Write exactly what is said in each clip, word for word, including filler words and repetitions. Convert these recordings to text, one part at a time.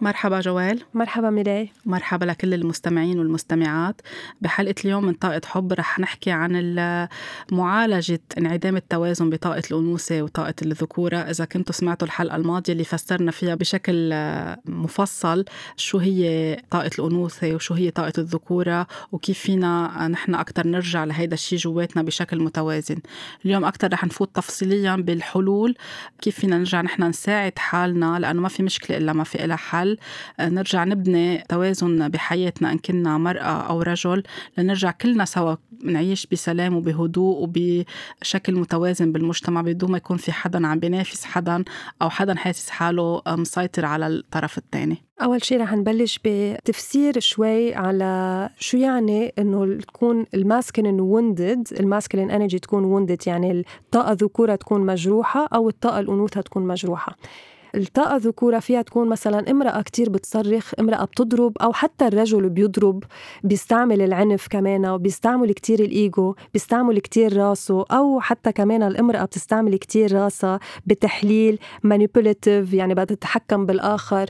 مرحبا جوال. مرحبا ميراي. مرحبا لكل المستمعين والمستمعات. بحلقة اليوم من طاقة حب رح نحكي عن معالجة انعدام التوازن بطاقة الأنوثة وطاقة الذكورة. إذا كنتوا سمعتوا الحلقة الماضية اللي فسرنا فيها بشكل مفصل شو هي طاقة الأنوثة وشو هي طاقة الذكورة وكيف فينا نحن أكتر نرجع لهيدا الشي جواتنا بشكل متوازن. اليوم أكتر رح نفوت تفصيليا بالحلول، كيف فينا نرجع نحن نساعد حالنا، لأنه ما في مشكلة إلا ما في إلها حل. نرجع نبني توازن بحياتنا إن كنا مرأة أو رجل، لنرجع كلنا سوا نعيش بسلام وبهدوء وبشكل متوازن بالمجتمع، بدون ما يكون في حدا عم بينافس حدا أو حدا حاسس حاله مسيطر على الطرف الثاني. أول شيء رح نبلش بتفسير شوي على شو يعني إنه تكون الماسكلين ووندد، الماسكلين انرجي تكون ووندد، يعني الطاقة ذكورة تكون مجروحة أو الطاقة الأنوثة تكون مجروحة. الطاقة ذكورة فيها تكون مثلا امرأة كتير بتصرخ، امرأة بتضرب، أو حتى الرجل بيضرب، بيستعمل العنف كمان، وبيستعمل كتير الإيجو، بيستعمل كتير راسه، أو حتى كمان الامرأة بتستعمل كتير راسها بتحليل manipulative، يعني بدها تتحكم بالآخر.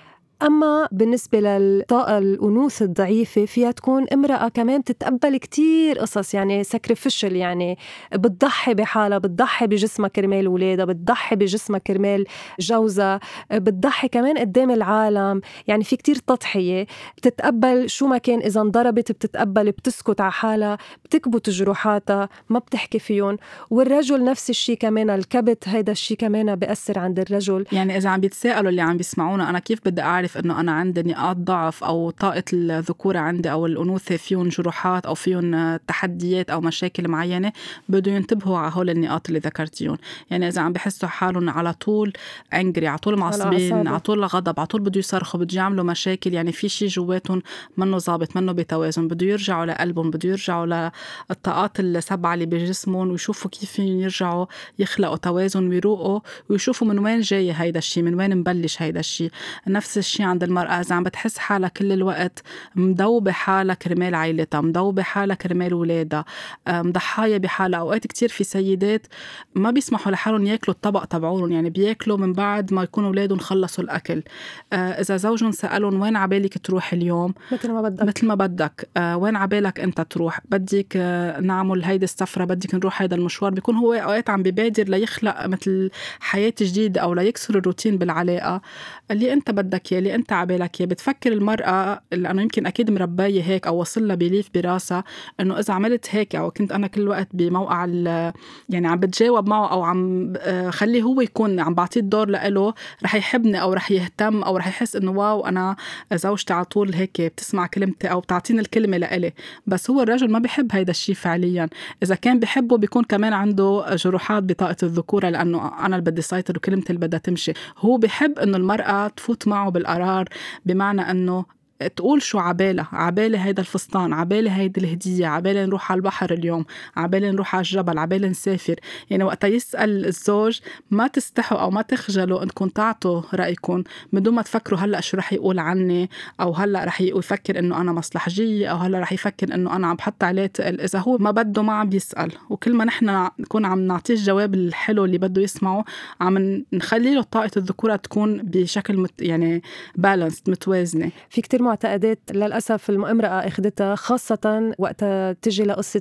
أما بالنسبة للطاقة الأنوثة الضعيفة فيها تكون امرأة كمان تتقبل كتير قصص، يعني sacrificial، يعني بتضحي بحالها، بتضحي بجسمها كرمال ولادها، بتضحي بجسمها كرمال جوزها، بتضحي كمان قدام العالم، يعني في كتير تضحية. بتتقبل شو ما كان، إذا انضربت بتتقبل، بتسكت على حالها، بتكبت جروحاتها، ما بتحكي فيهم. والرجل نفس الشي كمان، الكبت هيدا الشي كمان بيأثر عند الرجل. يعني إذا عم بيتساءلوا اللي عم بيسمعونا، أنا كيف بدي أعرف إنه أنا عندي نقاط ضعف أو طاقة الذكورة عندي أو الأنوثة فيهم جروحات أو فيهم تحديات أو مشاكل معينة، بدو ينتبهوا على هول النقاط اللي ذكرتيهم. يعني إذا عم بحسوا حالهم على طول أنجري، على طول معصبين، على طول غضب، على طول بدو يصرخوا، بدو يعملوا مشاكل، يعني في شيء جواتهم منه ضابط، منه بتوازن، بدو يرجعوا لقلبهم، بدو يرجعوا للطاقات السبعة اللي بجسمهم ويشوفوا كيف يرجعوا يخلقوا توازن ويروقوا، ويشوفوا من وين جاي هيدا الشيء، من وين مبلش هيدا الشيء. نفس الشيء عند المرأة، إذا عم بتحس حالها كل الوقت مدوبة حالها كرمال عائلتها، مدوبة حالها كرمال ولادها، مضحاية بحالها. أوقات كتير في سيدات ما بيسمحوا لحالهم ياكلوا الطبق تبعولهم، يعني بياكلوا من بعد ما يكونوا أولادهم خلصوا الأكل. إذا زوجهم سألهم وين عبالك تروح اليوم، مثل ما بدك مثل ما بدك، وين عبالك أنت تروح، بدك نعمل هيدا السفرة، بدك نروح هيدا المشوار، بيكون هو أوقات عم ببادر ليخلق مثل حياة جديدة أو ليكسر الروتين بالعلاقة اللي أنت بدك يا اللي أنت عبالك يا. بتفكر المرأة، لأنه يمكن أكيد مرباية هيك أو وصل لها بليف براسها إنه إذا عملت هيك أو كنت أنا كل وقت بموقع يعني عم بتجاوب معه أو عم خليه هو يكون عم بعطيه الدور لإله، رح يحبني أو رح يهتم أو رح يحس إنه واو أنا زوجتي على طول هيك بتسمع كلمتي أو بتعطيني الكلمة لإلي. بس هو الرجل ما بيحب هيدا الشيء فعليا. إذا كان بيحبه بيكون كمان عنده جروحات بطاقة الذكورة، لأنه أنا اللي بدي سيطر وكلمتي اللي بدها تمشي. هو بيحب إنه المرأة تفوت معه بالقرار، بمعنى أنه تقول شو عبالة، عبالة هيدا الفستان، عبالة هيدا الهدية، عبالة نروح على البحر اليوم، عبالة نروح على الجبل، عبالة نسافر. يعني وقت يسأل الزوج ما تستحوا أو ما تخجلوا إنكم تعطوا رأيكم من دون ما تفكروا هلأ شو رح يقول عني، أو هلأ رح يفكر إنه أنا مصلحجية، أو هلأ رح يفكر إنه أنا عم بحط عليه تقل. إذا هو ما بده ما عم بيسأل، وكل ما نحن نكون عم نعطيه الجواب الحلو اللي بده يسمعه، عم نخلي له طاقة الذكورة تكون بشكل مت يعني بالانس، متوازنة. في كتير معتقدات للأسف المرأة أخذتها، خاصة وقت تجي لقصة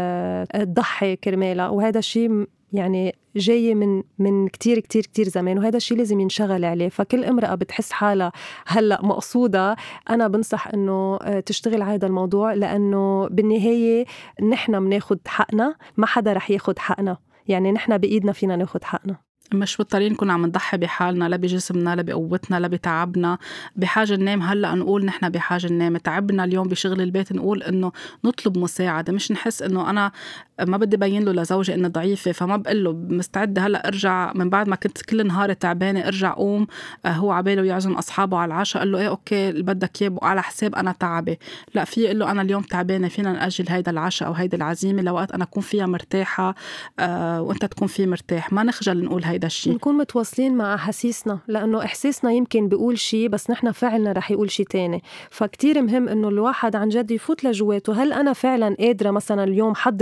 الضحي كرمالها، وهذا الشيء يعني جاي من من كتير كتير كتير زمان، وهذا الشيء لازم ينشغل عليه. فكل امرأة بتحس حالها هلأ مقصودة، أنا بنصح إنه تشتغل على هذا الموضوع، لأنه بالنهاية نحن بناخد حقنا، ما حدا رح ياخد حقنا، يعني نحن بإيدنا فينا ناخد حقنا. مش مضطرين نكون عم نضحي بحالنا، لا بجسمنا، لا بقوتنا، لا بتعبنا. بحاجة ننام هلأ نقول نحن بحاجة ننام، تعبنا اليوم بشغل البيت نقول إنه نطلب مساعدة، مش نحس إنه أنا ما بدي بين له لزوجي إنه ضعيفة فما بقول له مستعدة هلأ أرجع من بعد ما كنت كل نهار تعبانة أرجع قوم هو عباله يعزم أصحابه على العشاء، قال له إيه أوكي اللي بدك إياه على حساب أنا تعبة. لا، في قل له أنا اليوم تعبانة، فينا نأجل هيدا العشاء أو هيدا العزيمة لوقت أنا أكون فيها مرتاحة آه وأنت تكون فيه مرتاح. ما نخجل نقول هيدا الشيء، نكون متواصلين مع أحاسيسنا، لأنه إحساسنا يمكن بيقول شيء بس نحن فعلنا رح يقول شيء تاني. فكتير مهم إنه الواحد عن جد يفوت لجواته، هل أنا فعلا قادرة مثلا اليوم حضر عشاء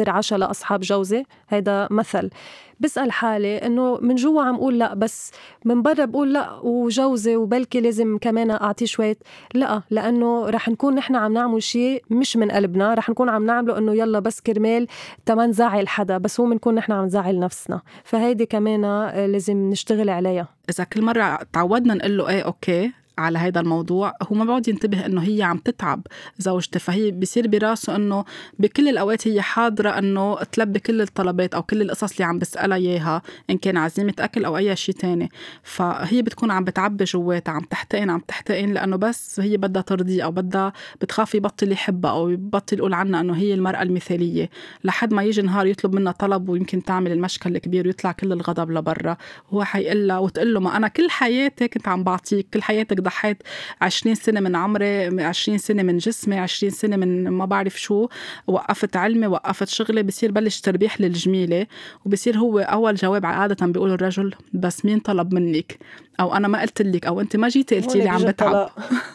على أصحاب جوزي، هيدا مثل. بسأل حالي إنه من جوا عم قول لأ، بس من برا بقول لأ وجوزي وبلكي لازم كمان أعطيه شوية لأ، لأنه رح نكون نحن عم نعمل شيء مش من قلبنا، رح نكون عم نعمله إنه يلا بس كرمال تمن زعل حدا، بس هو منكون نحن عم نزعل نفسنا. فهيدي كمان لازم نشتغل عليها. إذا كل مرة تعودنا نقول له إيه أوكي على هيدا الموضوع، هو ما بعد ينتبه إنه هي عم تتعب زوجته، فهي بيصير براسه إنه بكل الأوقات هي حاضرة إنه تلبي كل الطلبات أو كل القصص اللي عم بسألها إياها، إن كان عزيمة أكل أو أي شيء تاني. فهي بتكون عم بتعبي جواتها، عم تحتقن عم تحتقن لأنه بس هي بدها ترضي، أو بدها بتخاف يبطل يحبها أو يبطل يقول عنها إنه هي المرأة المثالية، لحد ما يجي نهار يطلب منها طلب ويمكن تعمل المشكل الكبير ويطلع كل الغضب لبرا. هو حيقول لها وتقول له ما أنا كل حياتي كنت عم بعطيك، كل حياتك ضحيت عشرين سنة من عمري، عشرين سنة من جسمي، عشرين سنة من ما بعرف شو، وقفت علمي وقفت شغلي. بصير بلش تربيح للجميلة، وبصير هو أول جواب عادة بيقول الرجل بس مين طلب منك، أو أنا ما قلت لك، أو أنت ما جيتي قلتي لي عم بتعب.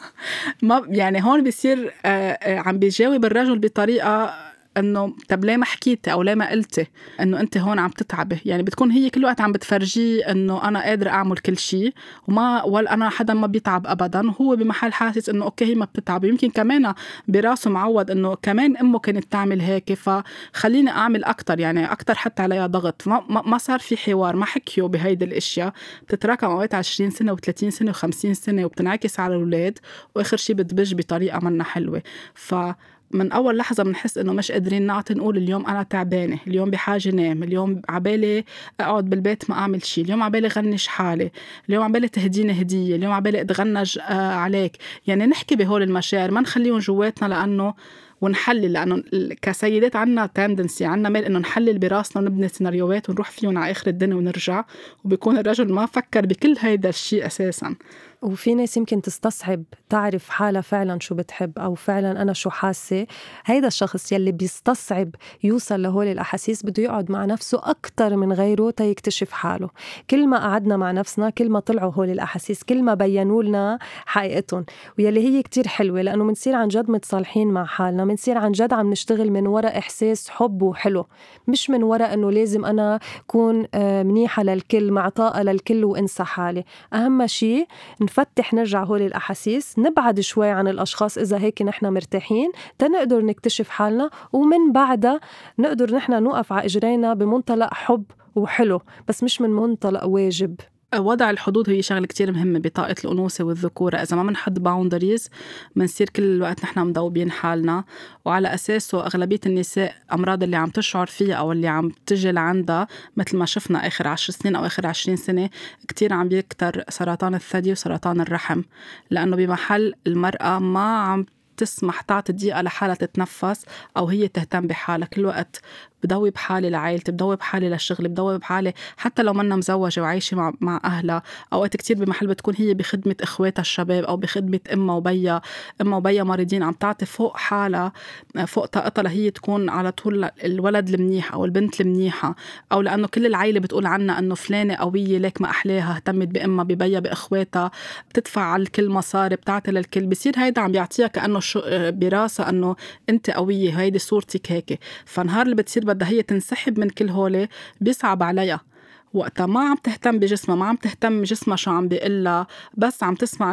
ما يعني هون بصير عم بيجاوب الرجل بطريقة انه طب ليه ما حكيتي او ليه ما قلتي انه انت هون عم تتعبي. يعني بتكون هي كل وقت عم بتفرجيه انه انا قادره اعمل كل شيء، وما ولا انا حدا ما بيتعب ابدا، وهو بمحل حاسس انه اوكي هي ما بتتعب. يمكن كمان براسه معود انه كمان امه كانت تعمل هيك، فخليني اعمل اكتر، يعني اكتر حتى عليها ضغط. ما, ما صار في حوار، ما حكيوا بهيدي الاشياء، بتتراكم اوقات عشرين سنه وثلاثين سنه وخمسين سنه، وبتنعكس على الاولاد، واخر شيء بتبج بطريقه منا حلوه. ف من أول لحظة بنحس إنه مش قادرين نعطي، نقول اليوم أنا تعبانة، اليوم بحاجة نام، اليوم عبالي أقعد بالبيت ما أعمل شيء، اليوم عبالي غنش حالي، اليوم عبالي تهديني هدية، اليوم عبالي أتغنج آه عليك. يعني نحكي بهول المشاعر، ما نخليهم جواتنا لأنه ونحلل، لأنه كسيدات عنا تندنسي، عنا ميل إنه نحلل براسنا ونبني سيناريوهات ونروح فيهم على آخر الدنيا ونرجع، وبيكون الرجل ما فكر بكل هيدا الشيء أساساً. وفي ناس يمكن تستصعب تعرف حالها فعلا شو بتحب أو فعلا أنا شو حاسة. هيدا الشخص يلي بيستصعب يوصل لهول الأحاسيس بده يقعد مع نفسه أكتر من غيره تيكتشف حاله. كل ما قعدنا مع نفسنا كل ما طلعوا هول الأحاسيس، كل ما بينوا لنا حقيقتهم، ويلي هي كتير حلوة، لأنه منصير عن جد متصالحين مع حالنا، منصير عن جد عم نشتغل من وراء إحساس حب وحلو، مش من وراء أنه لازم أنا كون منيحة للكل، معطاءة للكل وإنسى حالي. أهم شيء نفتح نرجع هول الأحاسيس، نبعد شوي عن الأشخاص إذا هيك نحن مرتاحين تنقدر نكتشف حالنا، ومن بعدها نقدر نحن نوقف على إجرينا بمنطلق حب وحلو، بس مش من منطلق واجب. وضع الحدود هي شغلة كتير مهمة بطاقة الأنوثة والذكورة. إذا ما منحط باوندريز منصير كل الوقت نحن مضوبين حالنا، وعلى أساسه أغلبية النساء أمراض اللي عم تشعر فيها أو اللي عم تجي لعندها، مثل ما شفنا آخر عشر سنين أو آخر عشرين سنة كتير عم بيكتر سرطان الثدي وسرطان الرحم، لأنه بمحل المرأة ما عم تسمح تعطي دقيقة لحالها تتنفس أو هي تهتم بحالها. كل وقت بدوي بحالي لعائلتي، بدوي بحالي للشغل، بدوي بحالي حتى لو منا مزوجة وعايشة مع, مع أهلها. أوقات كتير بمحل بتكون هي بخدمة إخواتها الشباب أو بخدمة إمها وبيا، إمها وبيا مريضين، عم تعطي فوق حالها فوق طاقتها لهي تكون على طول الولد المنيح أو البنت المنيحة، أو لأنه كل العائلة بتقول عنها أنه فلانة قوية ليك ما أحلاها، اهتمت بإمها ببيا بإخواتها، بتدفع على الكل مصاري، بتعطي للكل. بصير هيدا عم بيعطيها كأنه براسة أنه أنت قوية، هيدي صورتك هيك. فنهار اللي بتصير بدها هي تنسحب من كل هولي بيصعب عليها، وقتها ما عم تهتم بجسمها، ما عم تهتم جسمها شو عم بيقلها، بس عم تسمع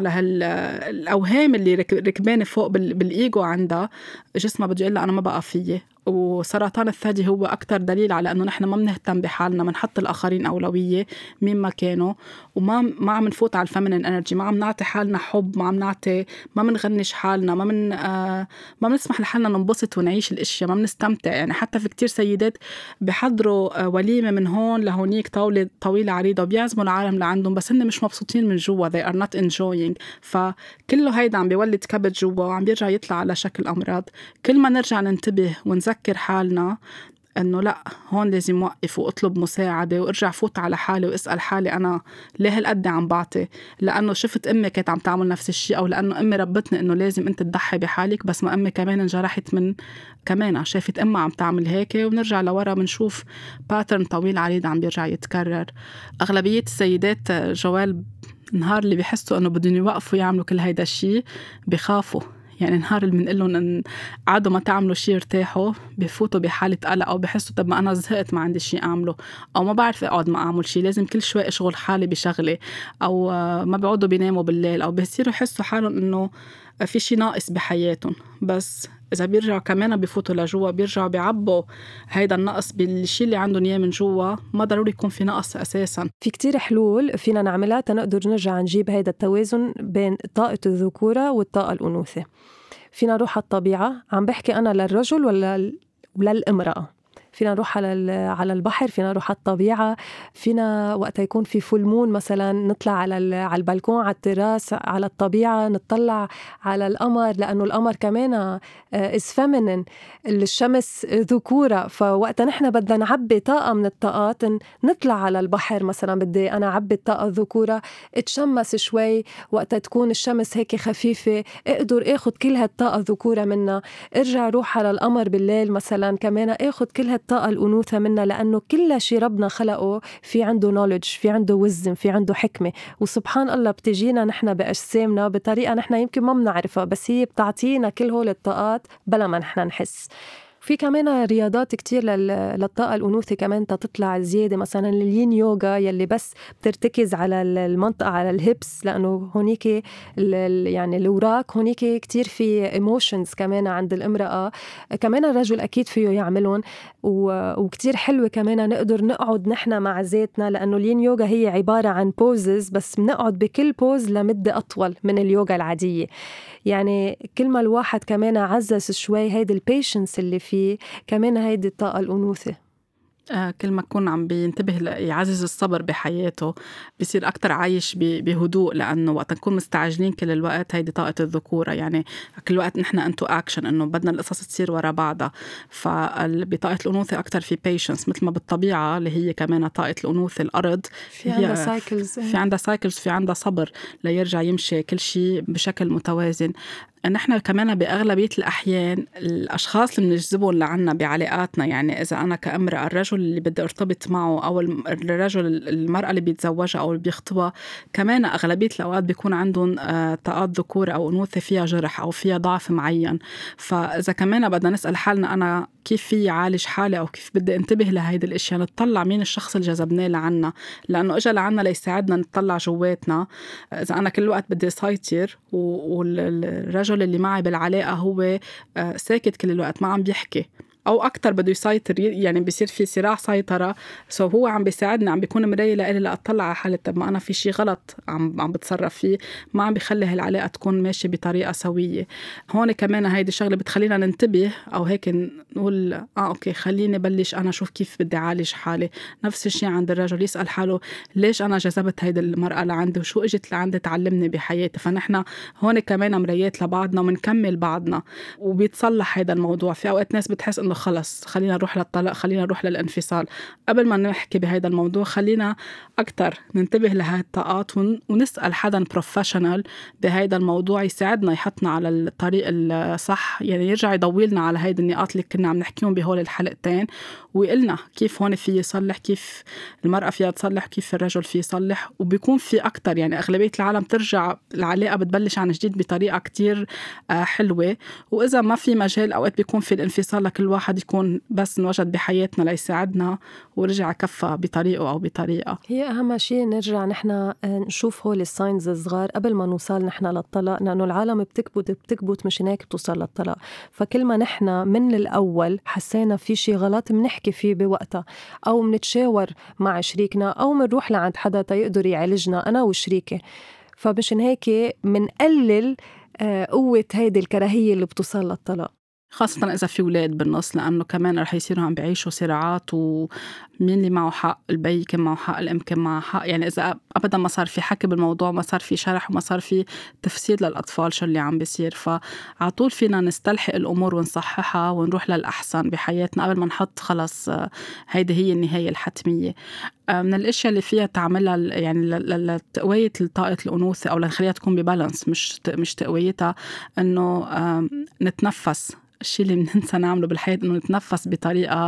لهالأوهام اللي ركبانة فوق بالإيجو عندها. جسمها بده يقلها أنا ما بقى فيه. وسرطان الثدي هو أكتر دليل على أنه نحن ما بنهتم بحالنا، منحط الآخرين أولوية مين ما كانوا، وما ما عم نفوت على الفيمينين انرجي، ما عم نعطي حالنا حب، ما عم نعطي، ما منغنش حالنا، ما من آه ما بنسمح لحالنا ننبسط ونعيش الاشياء، ما بنستمتع. يعني حتى في كتير سيدات بحضروا آه وليمة من هون لهونيك، طاولة طويلة عريضة، وبيعزموا العالم لعندهم، بس هن مش مبسوطين من جوا، they are not enjoying. فكله هيدا عم بيولد كبد جوا وعم بيرجع يطلع على شكل أمراض. كل ما نرجع ننتبه ونذكر ذكر حالنا أنه لأ هون لازم وقف وأطلب مساعدة، وأرجع فوت على حالي وأسأل حالي أنا ليه هالقد عم بعطي، لأنه شفت أمي كانت عم تعمل نفس الشيء، أو لأنه أمي ربتني أنه لازم أنت تضحي بحالك، بس ما أمي كمان انجرحت من كمان شافت أمي عم تعمل هيك، ونرجع لورا منشوف باترن طويل عريض عم بيرجع يتكرر. أغلبية السيدات جوال نهار اللي بيحسوا أنه بدهم يوقفوا يعملوا كل هيدا الشيء بيخافوا. يعني نهار اللي بنقول لهم ان قعدوا ما تعملوا شيء ارتاحوا بفوتوا بحالة قلق أو بحسوا طب ما أنا زهقت ما عندي شيء أعمله، أو ما بعرف أقعد ما أعمل شيء، لازم كل شوي أشغل حالي بشغلة، أو ما بيقعدوا بيناموا بالليل، أو بيصيروا يحسوا حالهم إنه في شيء ناقص بحياتهم. بس إذا بيرجعوا كمان بيفوتوا لجوا بيرجعوا بيعبوا هيدا النقص بالشيء اللي عندهم إياه من جوا، ما ضروري يكون في نقص أساساً. في كتير حلول فينا نعملها تنقدر نرجع نجيب هيدا التوازن بين طاقة الذكورة والطاقة الأنوثة. فينا نروح على الطبيعة، عم بحكي أنا للرجل ولا وللإمرأة. فينا نروح على على البحر، فينا نروح على الطبيعة، فينا وقت يكون في فول مون مثلا نطلع على على البلكون على التراس على الطبيعة نطلع على القمر، لأنه القمر كمان is feminine، الشمس ذكورة. فوقت نحن بدنا نعبي طاقة من الطاقات نطلع على البحر مثلا، بدي أنا عبي الطاقة الذكورة اتشمس شوي، وقت تكون الشمس هيك خفيفة اقدر اخد كل هالطاقة الذكورة منها، ارجع روح على القمر بالليل مثلا كمان اخد كل هالطاقة الأنوثة منها، لأنه كل شيء ربنا خلقه في عنده knowledge، في عنده wisdom، في عنده حكمة، وسبحان الله بتجينا نحن بأجسامنا بطريقة نحن يمكن ما بنعرفها، بس هي بتعطينا كل هول الطاقات بلا ما نحن نحس. في كمان رياضات كتير للطاقة الأنوثة كمان تطلع زيادة، مثلا الين يوغا يلي بس بترتكز على المنطقة على الهيبس، لأنه هونيك يعني الوراك هونيك كتير في emotions كمان عند الامرأة، كمان الرجل أكيد فيه يعملون، وكتير حلوة كمان نقدر نقعد نحن مع ذاتنا، لأنه الين يوغا هي عبارة عن بوزز، بس بنقعد بكل بوز لمدة أطول من اليوغا العادية. يعني كل ما الواحد كمان عزز شوي هيدي البيشنس اللي فيه، كمان هيدي الطاقة الأنوثة. آه كل ما يكون عم بينتبه يعزز الصبر بحياته بيصير أكتر عايش بهدوء، لأنه وقت نكون مستعجلين كل الوقت هيدي طاقة الذكورة، يعني كل وقت نحن أنتو أكشن إنه بدنا القصص تصير ورا بعضها. فبطاقة الأنوثة أكتر في patience، مثل ما بالطبيعة اللي هي كمان طاقة الأنوثة الأرض في عندها سايكلز، في عندها سايكلز في عندها صبر ليرجع يمشي كل شيء بشكل متوازن. نحن كمان بأغلبية الأحيان الأشخاص اللي بنجذبهم لعنا بعلاقاتنا، يعني إذا أنا كأمرأة الرجل اللي بدي أرتبط معه أو الرجل المرأة اللي بيتزوجها أو اللي بيخطبها، كمان أغلبية الأوقات بيكون عندهم طاقات ذكورة أو أنوثة فيها جرح أو فيها ضعف معين. فإذا كمان بدنا نسأل حالنا أنا كيف في عالج حالي أو كيف بدي انتبه لهيدا الاشياء، نتطلع مين الشخص اللي جذبناه لعنا، لأنه إجا لعنا ليساعدنا نتطلع جواتنا. إذا أنا كل وقت بدي سيطر والرجل اللي معي بالعلاقة هو ساكت كل الوقت ما عم بيحكي أو أكتر بده يسيطر، يعني بيصير في صراع سيطرة، سو هو عم بيساعدني عم بيكون مراية لإلي لأطلع على حالي طب ما أنا في شي غلط عم عم بتصرف فيه، ما عم بيخلي هالعلاقة تكون ماشية بطريقة سوية. هون كمان هيدي الشغلة بتخلينا ننتبه أو هيك نقول آه أوكي خليني بلش أنا شوف كيف بدي عالج حالي. نفس الشيء عند الرجل يسأل حاله ليش أنا جذبت هيدي المرأة لعندي وشو إجت لعندي تعلمني بحياتي. فنحن هون كمان مرايات لبعضنا ومنكمل بعضنا وبيتصلح هيدا الموضوع. في أوقات ناس بتحس إنه خلص خلينا نروح للطلاق، خلينا نروح للانفصال. قبل ما نحكي بهذا الموضوع خلينا أكتر ننتبه لهذه الطاقات ونسأل حدا بروفيشنال بهذا الموضوع يساعدنا يحطنا على الطريق الصح، يعني يرجع يضويلنا على هيدا النقاط اللي كنا عم نحكيهم بهول الحلقتين ويقلنا كيف هون في يصلح، كيف المرأة فيها تصلح، كيف الرجل فيه يصلح. وبيكون في أكتر يعني أغلبية العالم ترجع العلاقة بتبلش عن جديد بطريقة كتير حلوة. وإذا ما في مجال أوقات بيكون في الانفصال لكل واحد يكون بس نوجد بحياتنا ليساعدنا ورجع كفى بطريقه أو بطريقة. هي أهم شيء نرجع نحن نشوف هول الساينز الصغار قبل ما نوصل نحن للطلاق، لأنه العالم بتكبت بتكبت مش هناك بتوصل للطلاق. فكل ما نحن من الأول حسينا في شيء غلط منحكي فيه بوقتها، أو منتشاور مع شريكنا، أو منروح لعند حدا تيقدر يعالجنا أنا وشريكي. فمشان هيك منقلل قوة هيدي الكراهية اللي بتوصل للطلاق، خاصة إذا في أولاد بالنص، لأنه كمان رح يصيروا عم بيعيشوا صراعات ومين اللي معه حق، البي كان معه حق، الأم كان معه حق. يعني إذا أبدا ما صار في حكي بالموضوع، ما صار في شرح وما صار في تفسير للأطفال شو اللي عم بيصير، فعطول فينا نستلحق الأمور ونصححها ونروح للأحسن بحياتنا قبل ما نحط خلص هيدي هي النهاية الحتمية. من الاشياء اللي فيها تعملها يعني لتقوية طاقة الأنوثة او لنخليها تكون ببالانس، مش مش تقويتها، انه نتنفس. الشيء اللي بننسى نعمله بالحياة إنه نتنفس بطريقة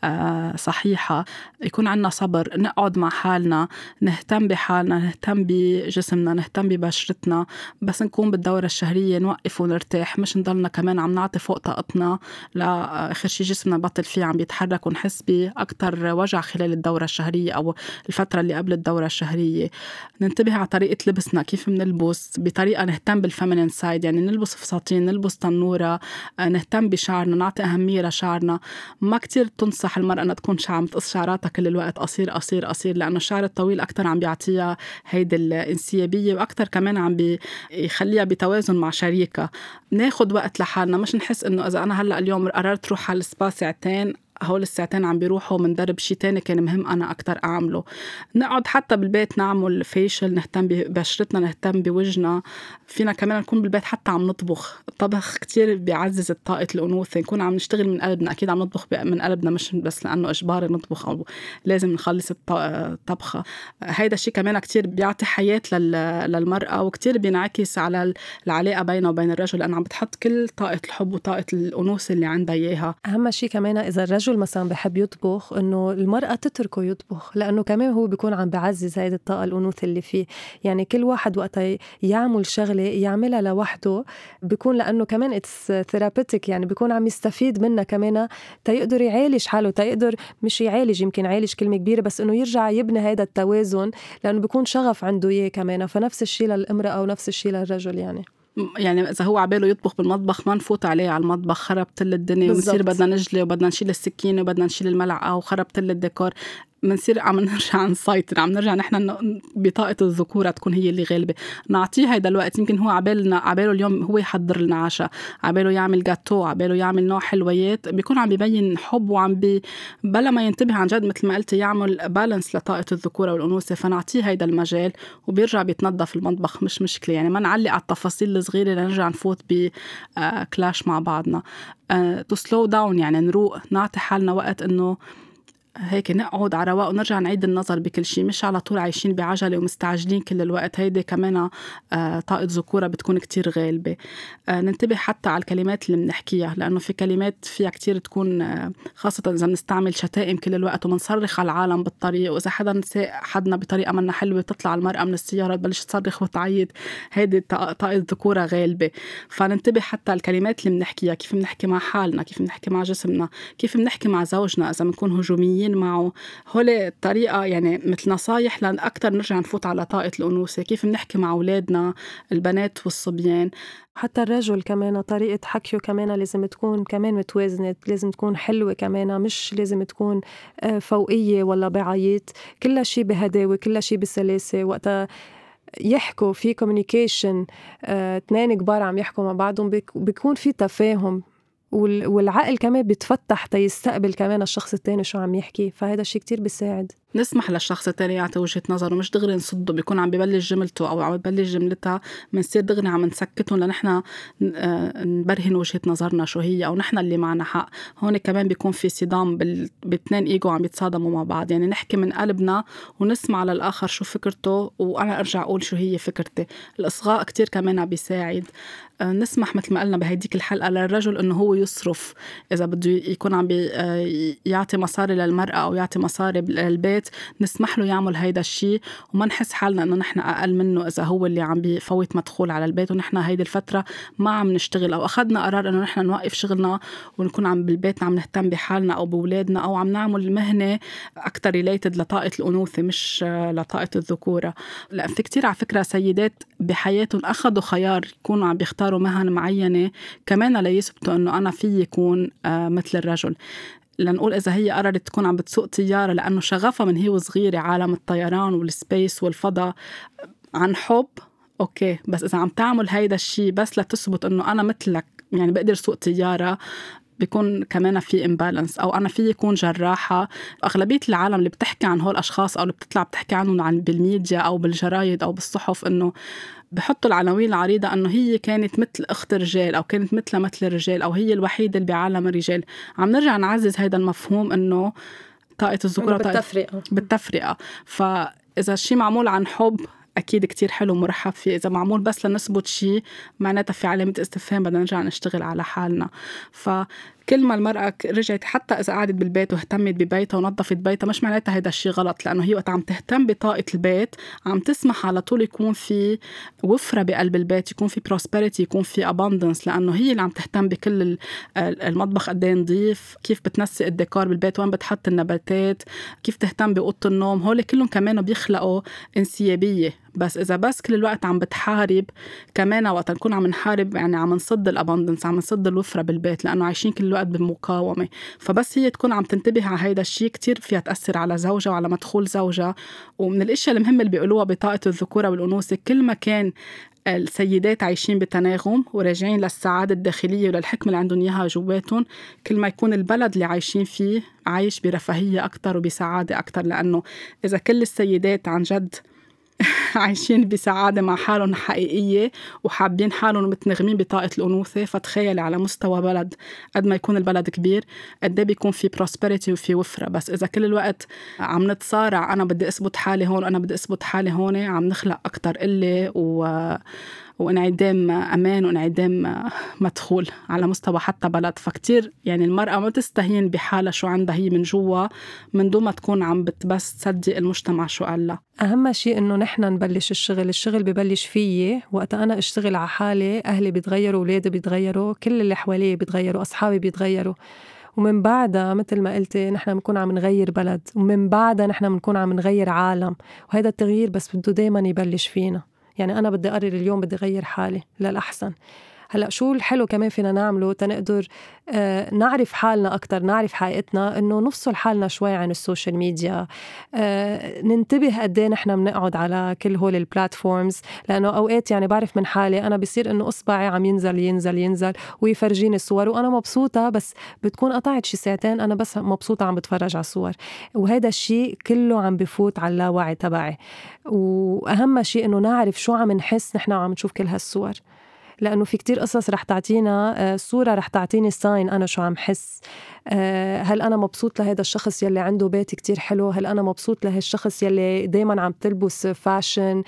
آه صحيحة، يكون عنا صبر، نقعد مع حالنا، نهتم بحالنا، نهتم بجسمنا، نهتم ببشرتنا. بس نكون بالدورة الشهرية نوقف ونرتاح، مش نضلنا كمان عم نعطي فوق طاقتنا لآخر شي جسمنا بطل فيه عم بيتحرك ونحس بأكتر وجع خلال الدورة الشهرية أو الفترة اللي قبل الدورة الشهرية. ننتبه على طريقة لبسنا، كيف منلبس بطريقة نهتم بالفيمينين سايد، يعني نلبس فساتين، نلبس تنورة، نهتم بشعرنا، نعطي أهمية لشعرنا. ما كتير تنصح المرأة أنها تكون عم تقص شعراتها كل الوقت قصير قصير قصير، لأنه الشعر الطويل أكتر عم بيعطيها هيدي الانسيابية وأكتر كمان عم بيخليها بتوازن مع شريكها. ناخد وقت لحالنا، مش نحس إنه إذا أنا هلأ اليوم قررت روح على السبا ساعتين هول الساعتين عم بيروحوا من درب شي تاني كان مهم أنا أكتر أعمله. نقعد حتى بالبيت نعمل فيشل، نهتم ببشرتنا، نهتم بوجهنا. فينا كمان نكون بالبيت حتى عم نطبخ، الطبخ كتير بيعزز طاقة الأنوثة. نكون عم نشتغل من قلبنا، أكيد عم نطبخ من قلبنا مش بس لأنه إجباري نطبخ أو لازم نخلص الطبخة. هيدا الشي كمان كتير بيعطي حياة للمرأة وكتير بينعكس على العلاقة بينه وبين الرجل، لأنه عم بتحط كل طاقة الحب وطاقة الأنوثة اللي عندها إياها. أهم شي كمان إذا الرجل مثلا بحب يطبخ إنه المرأة تتركه يطبخ، لأنه كمان هو بيكون عم بعزز هيدا الطاقة الأنوثة اللي فيه. يعني كل واحد وقتها يعمل شغلة يعملها لوحده بيكون لأنه كمان اتس ثيرابيتك، يعني بيكون عم يستفيد منها كمان تيقدر يعالج حاله، تيقدر مش يعالج، يمكن يعالج كلمة كبيرة، بس إنه يرجع يبني هيدا التوازن لأنه بيكون شغف عنده إياه كمان. فنفس الشيء للإمرأة ونفس الشيء للرجل. يعني يعني إذا هو عباله يطبخ بالمطبخ ما نفوت عليه على المطبخ، خربت الدنيا، ونصير بدنا نجلي وبدنا نشيل السكينة وبدنا نشيل الملعقة وخربت الديكور. منصير عم نرجع نسيطر، عم نرجع نحن بطاقة الذكورة تكون هي اللي غالبة، نعطيه هيدا الوقت. يمكن هو عبالنا عباله اليوم هو يحضر لنا عشاء، عباله يعمل جاتو، عباله يعمل نوع حلويات، بيكون عم بيبين حب وعم بي بلا ما ينتبه عن جد مثل ما قلت يعمل بالانس لطاقة الذكورة والأنوثة. فنعطيه هيدا المجال وبيرجع بيتنظف المطبخ، مش مشكلة. يعني ما نعلق على التفاصيل الصغيرة لنرجع نفوت بكلاش مع بعضنا. تو سلو داون، يعني نروق، نعطي حالنا وقت إنه هيك نقعد على رواق ونرجع نعيد النظر بكل شيء، مش على طول عايشين بعجلة ومستعجلين كل الوقت. هيدي كمان آه طاقة ذكورة بتكون كتير غالبة. آه ننتبه حتى على الكلمات اللي بنحكيها، لأنه في كلمات فيها كتير تكون آه خاصة إذا بنستعمل شتائم كل الوقت ومنصرخ على العالم بالطريق، وإذا حدا نساء حدنا بطريقة منا حلوة تطلع المرأة من السيارة تبلش تصرخ وتعيد. هيدي طاقة ذكورة غالبة. فننتبه حتى الكلمات اللي بنحكيها، كيف بنحكي مع حالنا، كيف بنحكي مع جسمنا، كيف بنحكي مع زوجنا إذا بنكون هجوميين معه. هول الطريقة يعني مثل نصايح لأن أكتر نرجع نفوت على طاقة الأنوثة، كيف بنحكي مع أولادنا البنات والصبيان. حتى الرجل كمان طريقة حكيه كمان لازم تكون كمان متوازنة، لازم تكون حلوة كمان، مش لازم تكون فوقية ولا بعيط. كل شيء بهداوة، كل شيء بسلاسة. وقتها يحكوا في communication، اثنين كبار عم يحكوا مع بعضهم بيكون في تفاهم، والعقل كمان بيتفتح تيستقبل كمان الشخص التاني شو عم يحكي. فهذا الشيء كتير بيساعد. نسمح للشخص التاني يعطي وجهة نظره، مش دغري نصده. بيكون عم ببلش جملته أو عم ببلش جملتها، منصير دغري عم نسكتهم لنحن نبرهن وجهة نظرنا شو هي، أو نحن اللي معنا حق. هون كمان بيكون في صدام بال... باثنين إيجو عم يتصادموا مع بعض. يعني نحكي من قلبنا ونسمع للآخر شو فكرته وأنا أرجع أقول شو هي فكرتي. الإصغاء كتير كمان عم بيساعد. نسمح مثل ما قلنا بهيديك الحلقة للرجل إنه هو يصرف إذا بده يكون عم يعطي مصاري للمرأة أو يعطي مصاري للبيت، نسمح له يعمل هيدا الشيء وما نحس حالنا إنه نحن أقل منه إذا هو اللي عم بيفوت مدخول على البيت ونحن هيدي الفترة ما عم نشتغل أو أخذنا قرار إنه نحن نوقف شغلنا ونكون عم بالبيت عم نهتم بحالنا أو بولادنا أو عم نعمل مهنة أكتر ريليتد لطاقة الأنوثة مش لطاقة الذكورة. لأن في كتير على فكرة سيدات بحياتهم أخذوا خيار يكونوا عم بيختاروا مهن معينة كمان ليثبتوا إنه أنا في يكون مثل الرجل. لنقول إذا هي قررت تكون عم بتسوق طيارة لأنه شغفها من هي وصغيرة عالم الطيران والسبيس والفضاء عن حب، أوكي. بس إذا عم تعمل هيدا الشيء بس لتثبت إنه أنا مثلك يعني بقدر سوق طيارة، بيكون كمان في امبالانس. أو أنا في يكون جراحة. أغلبية العالم اللي بتحكي عن هول الأشخاص أو اللي بتطلع بتحكي عنهم عن بالميديا أو بالجرايد أو بالصحف إنه بحطوا العناوين العريضة أنه هي كانت مثل أخت الرجال أو كانت مثل مثل الرجال أو هي الوحيدة اللي بعالم الرجال. عم نرجع نعزز هذا المفهوم أنه طاقة الذكورة بالتفرقة بالتفرقة. فإذا الشيء معمول عن حب أكيد كتير حلو مرحب فيه. إذا معمول بس لنثبت شيء معناتها في علامة استفهام، بدنا نرجع نشتغل على حالنا. فكل ما المرأة رجعت حتى إذا قعدت بالبيت واهتمت ببيتها ونظفت بيتها مش معناتها هيدا الشيء غلط، لأنه هي وقت عم تهتم بطاقة البيت عم تسمح على طول يكون في وفرة بقلب البيت، يكون في prosperity، يكون في abundance، لأنه هي اللي عم تهتم بكل المطبخ قد ايه نظيف، كيف بتنسق الديكور بالبيت، وين بتحط النباتات، كيف تهتم بأوضة النوم. هول كلهم كمان بيخلقوا انسيابية. بس إذا بس كل الوقت عم بتحارب، كمان وقت نكون عم نحارب يعني عم نصد الاباندنس، عم نصد الوفرة بالبيت، لأنه عايشين كل الوقت بمقاومة. فبس هي تكون عم تنتبه على هيدا الشيء كتير فيها تأثر على زوجها وعلى مدخول زوجها. ومن الاشياء المهمة اللي بيقولوها بطاقة الذكورة والأنوثة، كل ما كان السيدات عايشين بتناغم وراجعين للسعادة الداخلية وللحكمة اللي عندهم إياها جواتهم، كل ما يكون البلد اللي عايشين فيه عايش برفاهية أكتر وبسعادة أكتر. لأنه إذا كل السيدات عن جد عايشين بسعادة مع حالهم حقيقية وحابين حالهم ومتنغمين بطاقة الأنوثة، فتخيلي على مستوى بلد قد ما يكون البلد كبير قد ايه بيكون في prosperity وفي وفرة. بس إذا كل الوقت عم نتصارع، أنا بدي أثبت حالي هون وأنا بدي أثبت حالي هون، عم نخلق أكتر قلة و... وانعدام أمان وانعدام مدخول على مستوى حتى بلد. فكتير يعني المرأة ما تستهين بحالها شو عندها هي من جوا، من دون ما تكون عم بتبس تصدق المجتمع شو قال لها. أهم شيء إنه نحن نبلش الشغل. الشغل ببلش فيي وقت أنا أشتغل على حالي، أهلي بيتغيروا، أولادي بيتغيروا، كل اللي حواليه بيتغيروا، أصحابي بيتغيروا. ومن بعدها مثل ما قلتي نحن بنكون عم نغير بلد، ومن بعدها نحن بنكون عم نغير عالم. وهذا التغيير بس بده دايما يبلش فينا. يعني أنا بدي أقرر اليوم بدي أغير حالي للأحسن. هلأ شو الحلو كمان فينا نعمله تنقدر آه نعرف حالنا أكتر، نعرف حقيقتنا، إنه نفصل حالنا شوي عن السوشيال ميديا. آه ننتبه قديه نحن بنقعد على كل هول البلاتفورمز، لأنه أوقات يعني بعرف من حالي أنا بصير إنه إصبعي عم ينزل ينزل ينزل ويفرجيني الصور وأنا مبسوطة، بس بتكون قطعت شي ساعتين أنا بس مبسوطة عم بتفرج على الصور، وهذا الشيء كله عم بفوت على اللاوعي تبعي. وأهم شيء إنه نعرف شو عم نحس نحن وعم نشوف كل هالصور، لأنه في كتير قصص رح تعطينا صورة، رح تعطيني ساين أنا شو عم حس. هل أنا مبسوط لهذا الشخص يلي عنده بيت كتير حلو؟ هل أنا مبسوط لهالشخص يلي دايما عم تلبس فاشن؟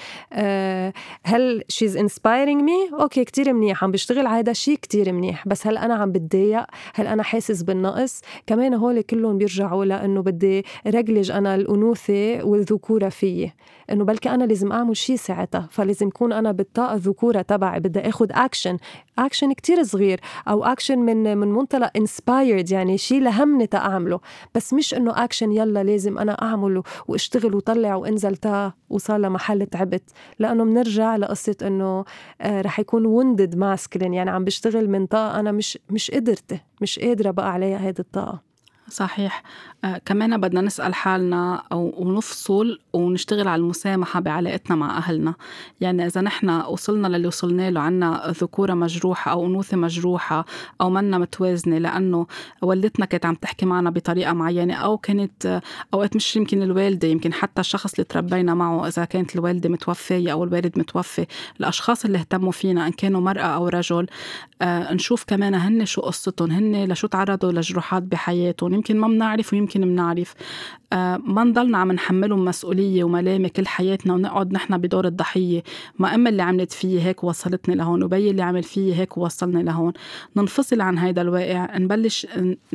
هل she's inspiring me؟ أوكي كتير منيح، عم بشتغل على هذا الشيء كتير منيح. بس هل أنا عم بتضايق؟ هل أنا حاسس بالنقص؟ كمان هول كلهم بيرجعوا لأنه بدي رجلج أنا الأنوثة والذكورة فيي، إنه بلكي أنا لازم أعمل شيء ساعتها، فلازم كون أنا بالطاقة الذكورة تبعي بدي أخذ أكشن أكشن كتير صغير، أو أكشن من من منطلق inspired، يعني شيء لهمني تأعمله، بس مش إنه أكشن يلا لازم أنا أعمله واشتغل وطلع وانزل تا وصار لمحل تعبت. لأنه منرجع لقصة إنه آه رح يكون wounded masculine، يعني عم بشتغل من طاقة أنا مش مش قدرت مش قادرة بقى عليها هذه الطاقة. صحيح. آه كمان بدنا نسأل حالنا أو ونفصل ونشتغل على المسامحة بعلاقتنا مع أهلنا. يعني إذا نحن وصلنا للي وصلنا له، عنا ذكورة مجروحة أو أنوثة مجروحة أو منا متوازنة لأنه والدتنا كانت عم تحكي معنا بطريقة معينة، أو كانت أوقات مش يمكن الوالدة، يمكن حتى الشخص اللي تربينا معه، إذا كانت الوالدة متوفية أو الوالد متوفي، الأشخاص اللي اهتموا فينا إن كانوا مرأة أو رجل، آه نشوف كمان هن شو قصتهم، هن لشو تعرضوا لجروحات بحياتهم، يمكن ما بنعرف ويمكن بنعرف. آه ما نضلنا عم نحملهم مسؤولية وملامة كل حياتنا ونقعد نحن بدور الضحية. ما أم اللي عملت فيه هيك وصلتني لهون، وبي اللي عمل فيه هيك ووصلني لهون. ننفصل عن هيدا الواقع، نبلش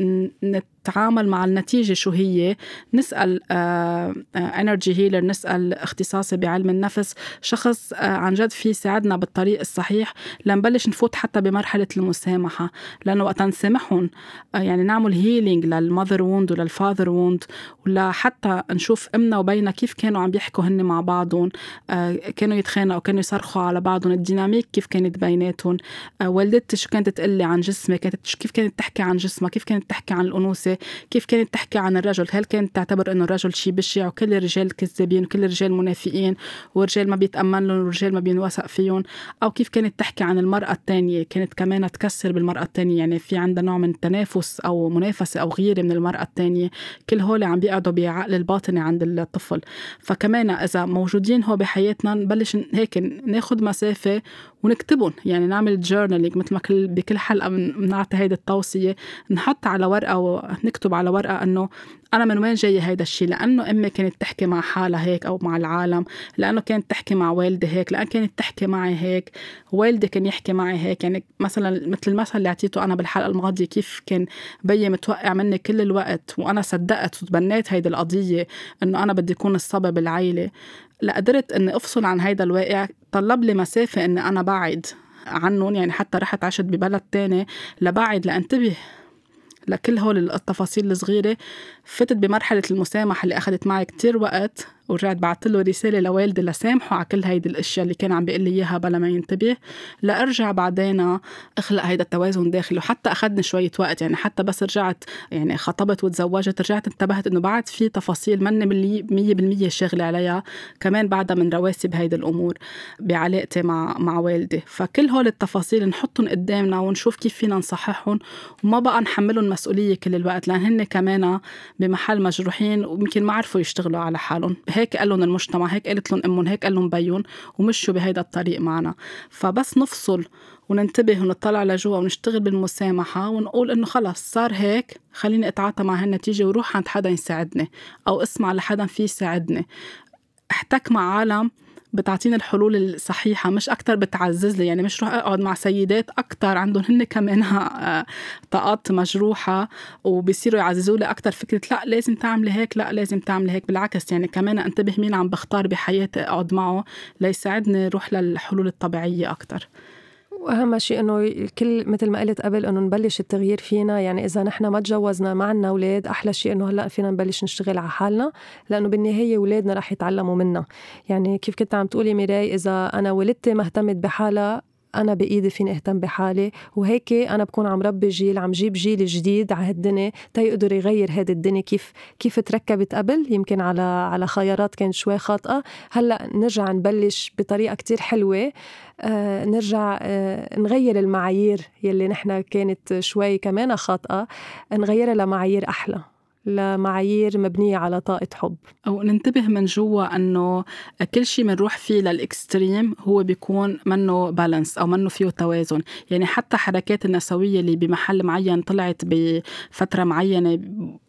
نتعامل مع النتيجة شو هي. نسأل انرجي هيلر، نسأل اختصاصي بعلم النفس، شخص آه عن جد فيه ساعدنا بالطريق الصحيح لنبلش نفوت حتى بمرحلة المسامحة. لأنه وقت نسامحهم آه يعني نعمل هيلينج للمذر ووند وللفاذر ووند، ولا حتى نشوف أمنا وبينا كيف كانوا عم بيحكوا هن مع بعضهم، آه كانوا يتخانقوا، كانوا يصرخوا على بعضهم، الديناميك كيف كانت بيناتهم. آه والدتي شو كانت تقلي عن جسمي، كانت كيف كانت تحكي عن جسمها، كيف كانت تحكي عن الأنوثة، كيف كانت تحكي عن الرجل. هل كانت تعتبر إنه الرجل شيء بشع وكل الرجال كذابين وكل الرجال منافقين والرجال ما بيتأمن لهم والرجال ما بينوثق فيهم؟ أو كيف كانت تحكي عن المرأة التانية، كانت كمان تكسر بالمرأة التانية، يعني في عندها نوع من التنافس أو منافسة أو غيرة من المرأة التانية. كل هول عم بيقعدوا بعقل الباطني عند الطفل. فكمان إذا موجودين هو بحياتنا نبلش هيك ناخد مسافة ونكتبهم، يعني نعمل جورنالينج مثل ما كل بكل حلقة بنعطي هيدا التوصية، نحط على ورقة نكتب على ورقة أنه أنا من وين جاي هيدا الشيء، لأنه أمي كانت تحكي مع حالها هيك أو مع العالم، لأنه كانت تحكي مع والدي هيك، لأنه كانت تحكي معي هيك، والدي كان يحكي معي هيك. يعني مثلا مثل المثل اللي عطيته أنا بالحلقة الماضية، كيف كان بيي متوقع مني كل الوقت وأنا صدقت وتبنيت هيدا القضية أنه أنا بدي أكون السبب العائلة. لقدرت أني أفصل عن هيدا الواقع، طلب لي مسافة أني أنا بعد عنهم، يعني حتى رحت عشت ببلد تاني لبعد لأنتبه لكل هول التفاصيل الصغيرة. فتت بمرحلة المسامحة اللي أخذت معي كتير وقت، ورجعت بعت له رسالة لوالدي لسامحه على كل هيدي الأشياء اللي كان عم بيقول لي إياها بلا ما ينتبه، لأرجع بعدين أخلق هيدا التوازن داخلي. وحتى أخذني شوية وقت، يعني حتى بس رجعت يعني خطبت وتزوجت رجعت انتبهت إنه بعد في تفاصيل مني مية بالمية شغلة عليها كمان بعدها من رواسب هيدا الأمور بعلاقتي مع مع والدي. فكل هول التفاصيل نحطهم قدامنا ونشوف كيف فينا نصححهم، وما بقى نحملهم مسؤولية كل الوقت، لأن هن كمان بمحل مجروحين ويمكن ما عرفوا يشتغلوا على حالهم. هيك قال لهم المجتمع، هيك قالت لهم أمهم، هيك قال لهم بيون، ومشوا بهيدا الطريق معنا. فبس نفصل وننتبه ونطلع لجوا ونشتغل بالمسامحة ونقول إنه خلاص صار هيك، خليني أتعاطى مع هالنتيجة وروح عند حدا يساعدني أو اسمع لحدا فيه يساعدني. احتك مع عالم بتعطيني الحلول الصحيحة، مش أكتر بتعزز لي. يعني مش روح أقعد مع سيدات أكتر عندهم هن كمان طاقات مجروحة وبيصيروا يعززوا لي أكتر فكرة لا لازم تعملي هيك، لا لازم تعملي هيك. بالعكس يعني كمان أنتبه مين عم بختار بحياتي أقعد معه ليساعدني روح للحلول الطبيعية أكتر. وأهم شيء إنه الكل مثل ما قلت قبل إنه نبلش التغيير فينا. يعني إذا نحن ما تجوزنا ما عنا أولاد، أحلى شيء إنه هلأ فينا نبلش نشتغل على حالنا، لأنه بالنهاية أولادنا رح يتعلموا منا. يعني كيف كنت عم تقولي ميراي، إذا أنا ولدتي ما اهتمت بحالها أنا بإيدي فيني أهتم بحالي، وهيك أنا بكون عم ربي جيل، عم جيب جيل جديد على هالدنيا تيقدر يغير هذه الدنيا كيف كيف تركبت قبل، يمكن على على خيارات كانت شوي خاطئة. هلأ نرجع نبلش بطريقة كتير حلوة، آه نرجع آه نغير المعايير يلي نحنا كانت شوي كمان خاطئة، نغيرها لمعايير أحلى، لمعايير مبنية على طاقة حب. أو ننتبه من جوا أنه كل شيء منروح فيه للإكستريم هو بيكون منه بالانس أو منه فيه توازن. يعني حتى حركات النسوية اللي بمحل معين طلعت بفترة معينة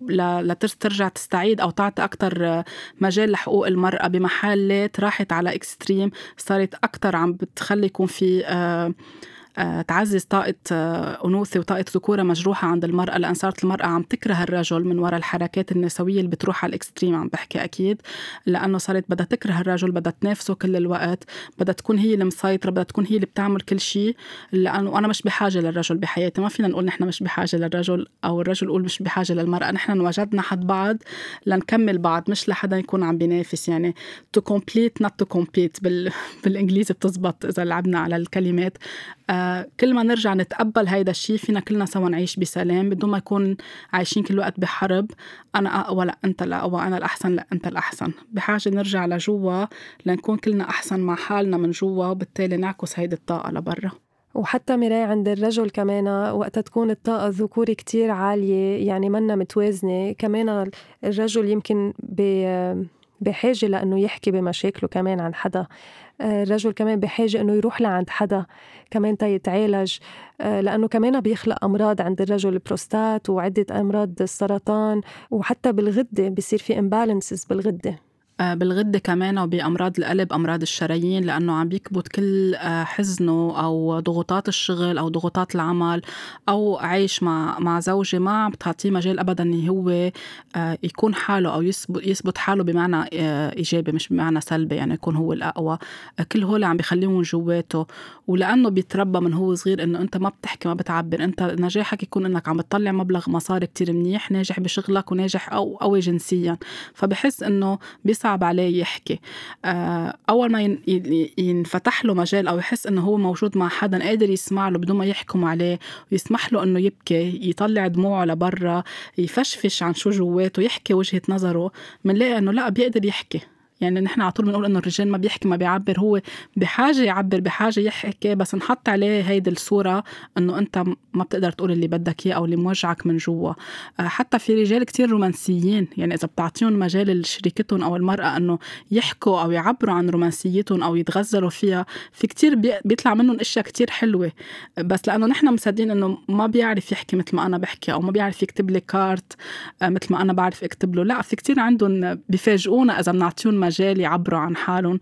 لترجع تستعيد أو تعطي أكتر مجال لحقوق المرأة، بمحلات راحت على إكستريم صارت أكتر عم بتخلي يكون في آه تعزز طاقة أنوثة وطاقة ذكورة مجروحة عند المرأة، لأن صارت المرأة عم تكره الرجل من وراء الحركات النسوية اللي بتروح على الإكستريم. عم بحكي أكيد لأنه صارت بدها تكره الرجل، بدها تنافسه كل الوقت، بدها تكون هي المسيطرة، بدها تكون هي اللي بتعمل كل شيء، لأنه أنا مش بحاجة للرجل بحياتي. ما فينا نقول نحن مش بحاجة للرجل أو الرجل يقول مش بحاجة للمرأة. نحن وجدنا حد بعض لنكمل بعض، مش لحدا يكون عم بينافس. يعني to complete not to compete بال... بالإنجليزي بتزبط إذا لعبنا على الكلمات. آه كل ما نرجع نتقبل هيدا الشيء فينا كلنا سوا نعيش بسلام بدون ما يكون عايشين كل وقت بحرب، أنا أقوى لا أنت لا أقوى، أنا الأحسن لا أنت الأحسن. بحاجة نرجع لجوا لنكون كلنا أحسن مع حالنا من جوا، وبالتالي نعكس هيدا الطاقة لبرا. وحتى مراي عند الرجل كمان وقت تكون الطاقة الذكوري كتير عالية، يعني منا متوازنة، كمان الرجل يمكن بحاجة لأنه يحكي بمشاكله كمان عن حدا. الرجل كمان بحاجة أنه يروح لعند حدا كمان تيتعالج، لأنه كمان بيخلق أمراض عند الرجل، البروستات وعدة أمراض السرطان، وحتى بالغدة بيصير في imbalances بالغدة بالغدة كمان، وبأمراض القلب، أمراض الشرايين، لأنه عم بيكبت كل حزنه أو ضغوطات الشغل أو ضغوطات العمل أو عيش مع مع زوجة ما عم بتعطيه مجال أبدا إن هو يكون حاله أو يثبت يثبت حاله بمعنى إيجابي مش بمعنى سلبي، يعني يكون هو الأقوى. كل هول عم بيخليهم جواته، ولأنه بيتربى من هو صغير إنه أنت ما بتحكي ما بتعبر، أنت نجاحك يكون إنك عم بتطلع مبلغ مصاري كتير منيح، ناجح بشغلك وناجح أو قوي جنسيا، فبحس إنه بيصعب عليه يحكي. أول ما ينفتح له مجال أو يحس إنه هو موجود مع حدا قادر يسمع له بدون ما يحكم عليه ويسمح له إنه يبكي، يطلع دموعه لبرا، يفشفش عن شو جواته، يحكي وجهة نظره، منلاقي إنه لا بيقدر يحكي. يعني نحن على طول بنقول إنه الرجال ما بيحكي ما بيعبر، هو بحاجة يعبر بحاجة يحكي، بس نحط عليه هيدي الصورة إنه أنت ما بتقدر تقول اللي بدك إياه أو اللي موجعك من جوا. حتى في رجال كتير رومانسيين، يعني إذا بتعطيهم مجال لشريكتهم أو المرأة إنه يحكوا أو يعبروا عن رومانسيتهم أو يتغزلوا فيها، في كتير بيطلع منهم إشياء كتير حلوة. بس لأنه نحن مصدقين إنه ما بيعرف يحكي مثل ما أنا بحكي أو ما بيعرف يكتب لي كارت مثل ما أنا بعرف أكتب له، لا في كتير عندهم بيفاجئونا إذا بنعطيهم مجال يعبروا عن حالهم.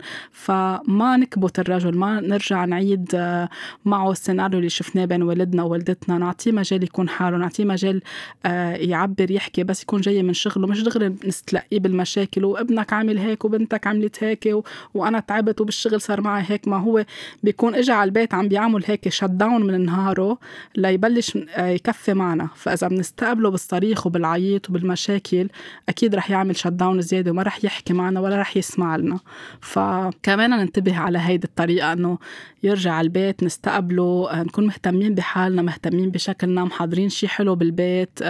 فما نكبت الرجل، ما نرجع نعيد معه السيناريو اللي شفناه بين والدنا ووالدتنا، نعطيه مجال يكون حاله، نعطيه مجال يعبر يحكي، بس يكون جاي من شغله، مش دغري نستلقيه بالمشاكل وابنك عامل هيك وبنتك عملت هيك و... وأنا تعبت وبالشغل صار معي هيك. ما هو بيكون إجا على البيت عم بيعمل هيك شت داون من نهاره ليبلش يكفي معنا. فإذا بنستقبله بالصريخ وبالعيط وبالمشاكل أكيد رح يعمل شت داون زيادة وما رح يحكي معنا ولا رح يسمع لنا. فكمان ننتبه على هيدي الطريقة، أنه يرجع على البيت نستقبله، نكون مهتمين بحالنا، مهتمين بشكلنا، محضرين شي حلو بالبيت،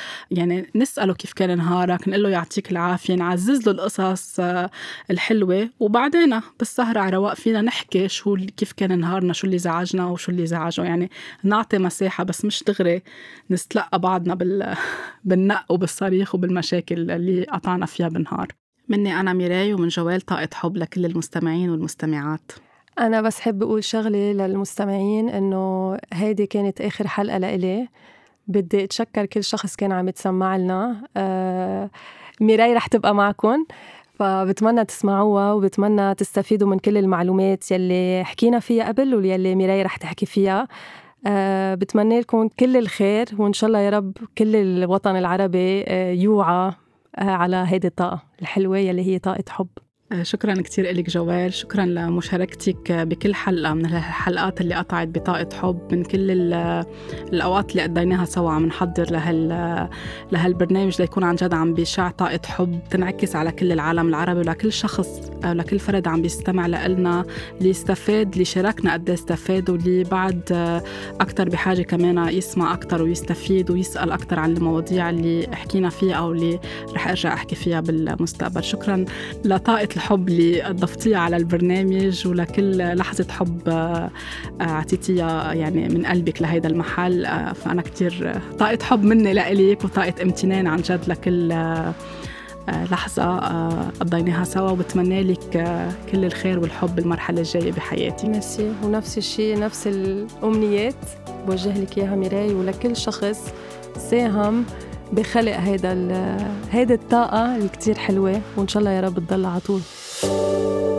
يعني نسأله كيف كان نهارك، نقول له يعطيك العافية، نعزز له القصص الحلوة، وبعدين بالسهرة على رواق فينا نحكي شو كيف كان نهارنا، شو اللي زعجنا وشو اللي زعجه. يعني نعطي مساحة، بس مش دغري نستلقى بعضنا بال... بالنق وبالصريخ وبالمشاكل اللي قطعنا فيها بالنهار. مني أنا ميراي، ومن جوال طاقة حب لكل المستمعين والمستمعات. أنا بس حب أقول شغلة للمستمعين، إنه هيدي كانت آخر حلقة لإلي. بدي أتشكر كل شخص كان عم يتسمع لنا. آه ميراي رح تبقى معكم، فبتمنى تسمعوها وبتمنى تستفيدوا من كل المعلومات يلي حكينا فيها قبل واللي ميراي رح تحكي فيها. أه بتمنى لكم كل الخير، وإن شاء الله يا رب كل الوطن العربي أه يوعى أه على هيدي الطاقة الحلوة يلي هي طاقة حب. شكرا كتير إليك جوال، شكرا لمشاركتك بكل حلقة من الحلقات اللي قطعت بطاقة حب، من كل الأوقات اللي قضيناها سوا عم نحضر لهال لهالبرنامج ليكون عن جد عم بيشع طاقة حب تنعكس على كل العالم العربي، ولكل شخص لكل فرد عم بيستمع لنا، اللي استفاد، اللي شاركنا قد استفاد، واللي بعد أكتر بحاجة كمان يسمع أكتر ويستفيد ويسأل أكتر عن المواضيع اللي حكينا فيها أو اللي رح أرجع أحكي فيها بالمستقبل. شكرا لطاقة الحب اللي ضفتيها على البرنامج، ولكل لحظة حب عطيتيها يعني من قلبك لهيدا المحل. فأنا كتير طاقة حب مني لإليك، وطاقة امتنان عن جد لكل لحظة قضيناها سوا، وبتمنى لك كل الخير والحب بالمرحلة الجاية بحياتي. ميرسي. ونفس الشيء، نفس الأمنيات بوجه لك إياها ميراي، ولكل شخص ساهم بخلق هيدا هيدا الطاقة اللي كتير حلوة، وإن شاء الله يا رب تضل على طول.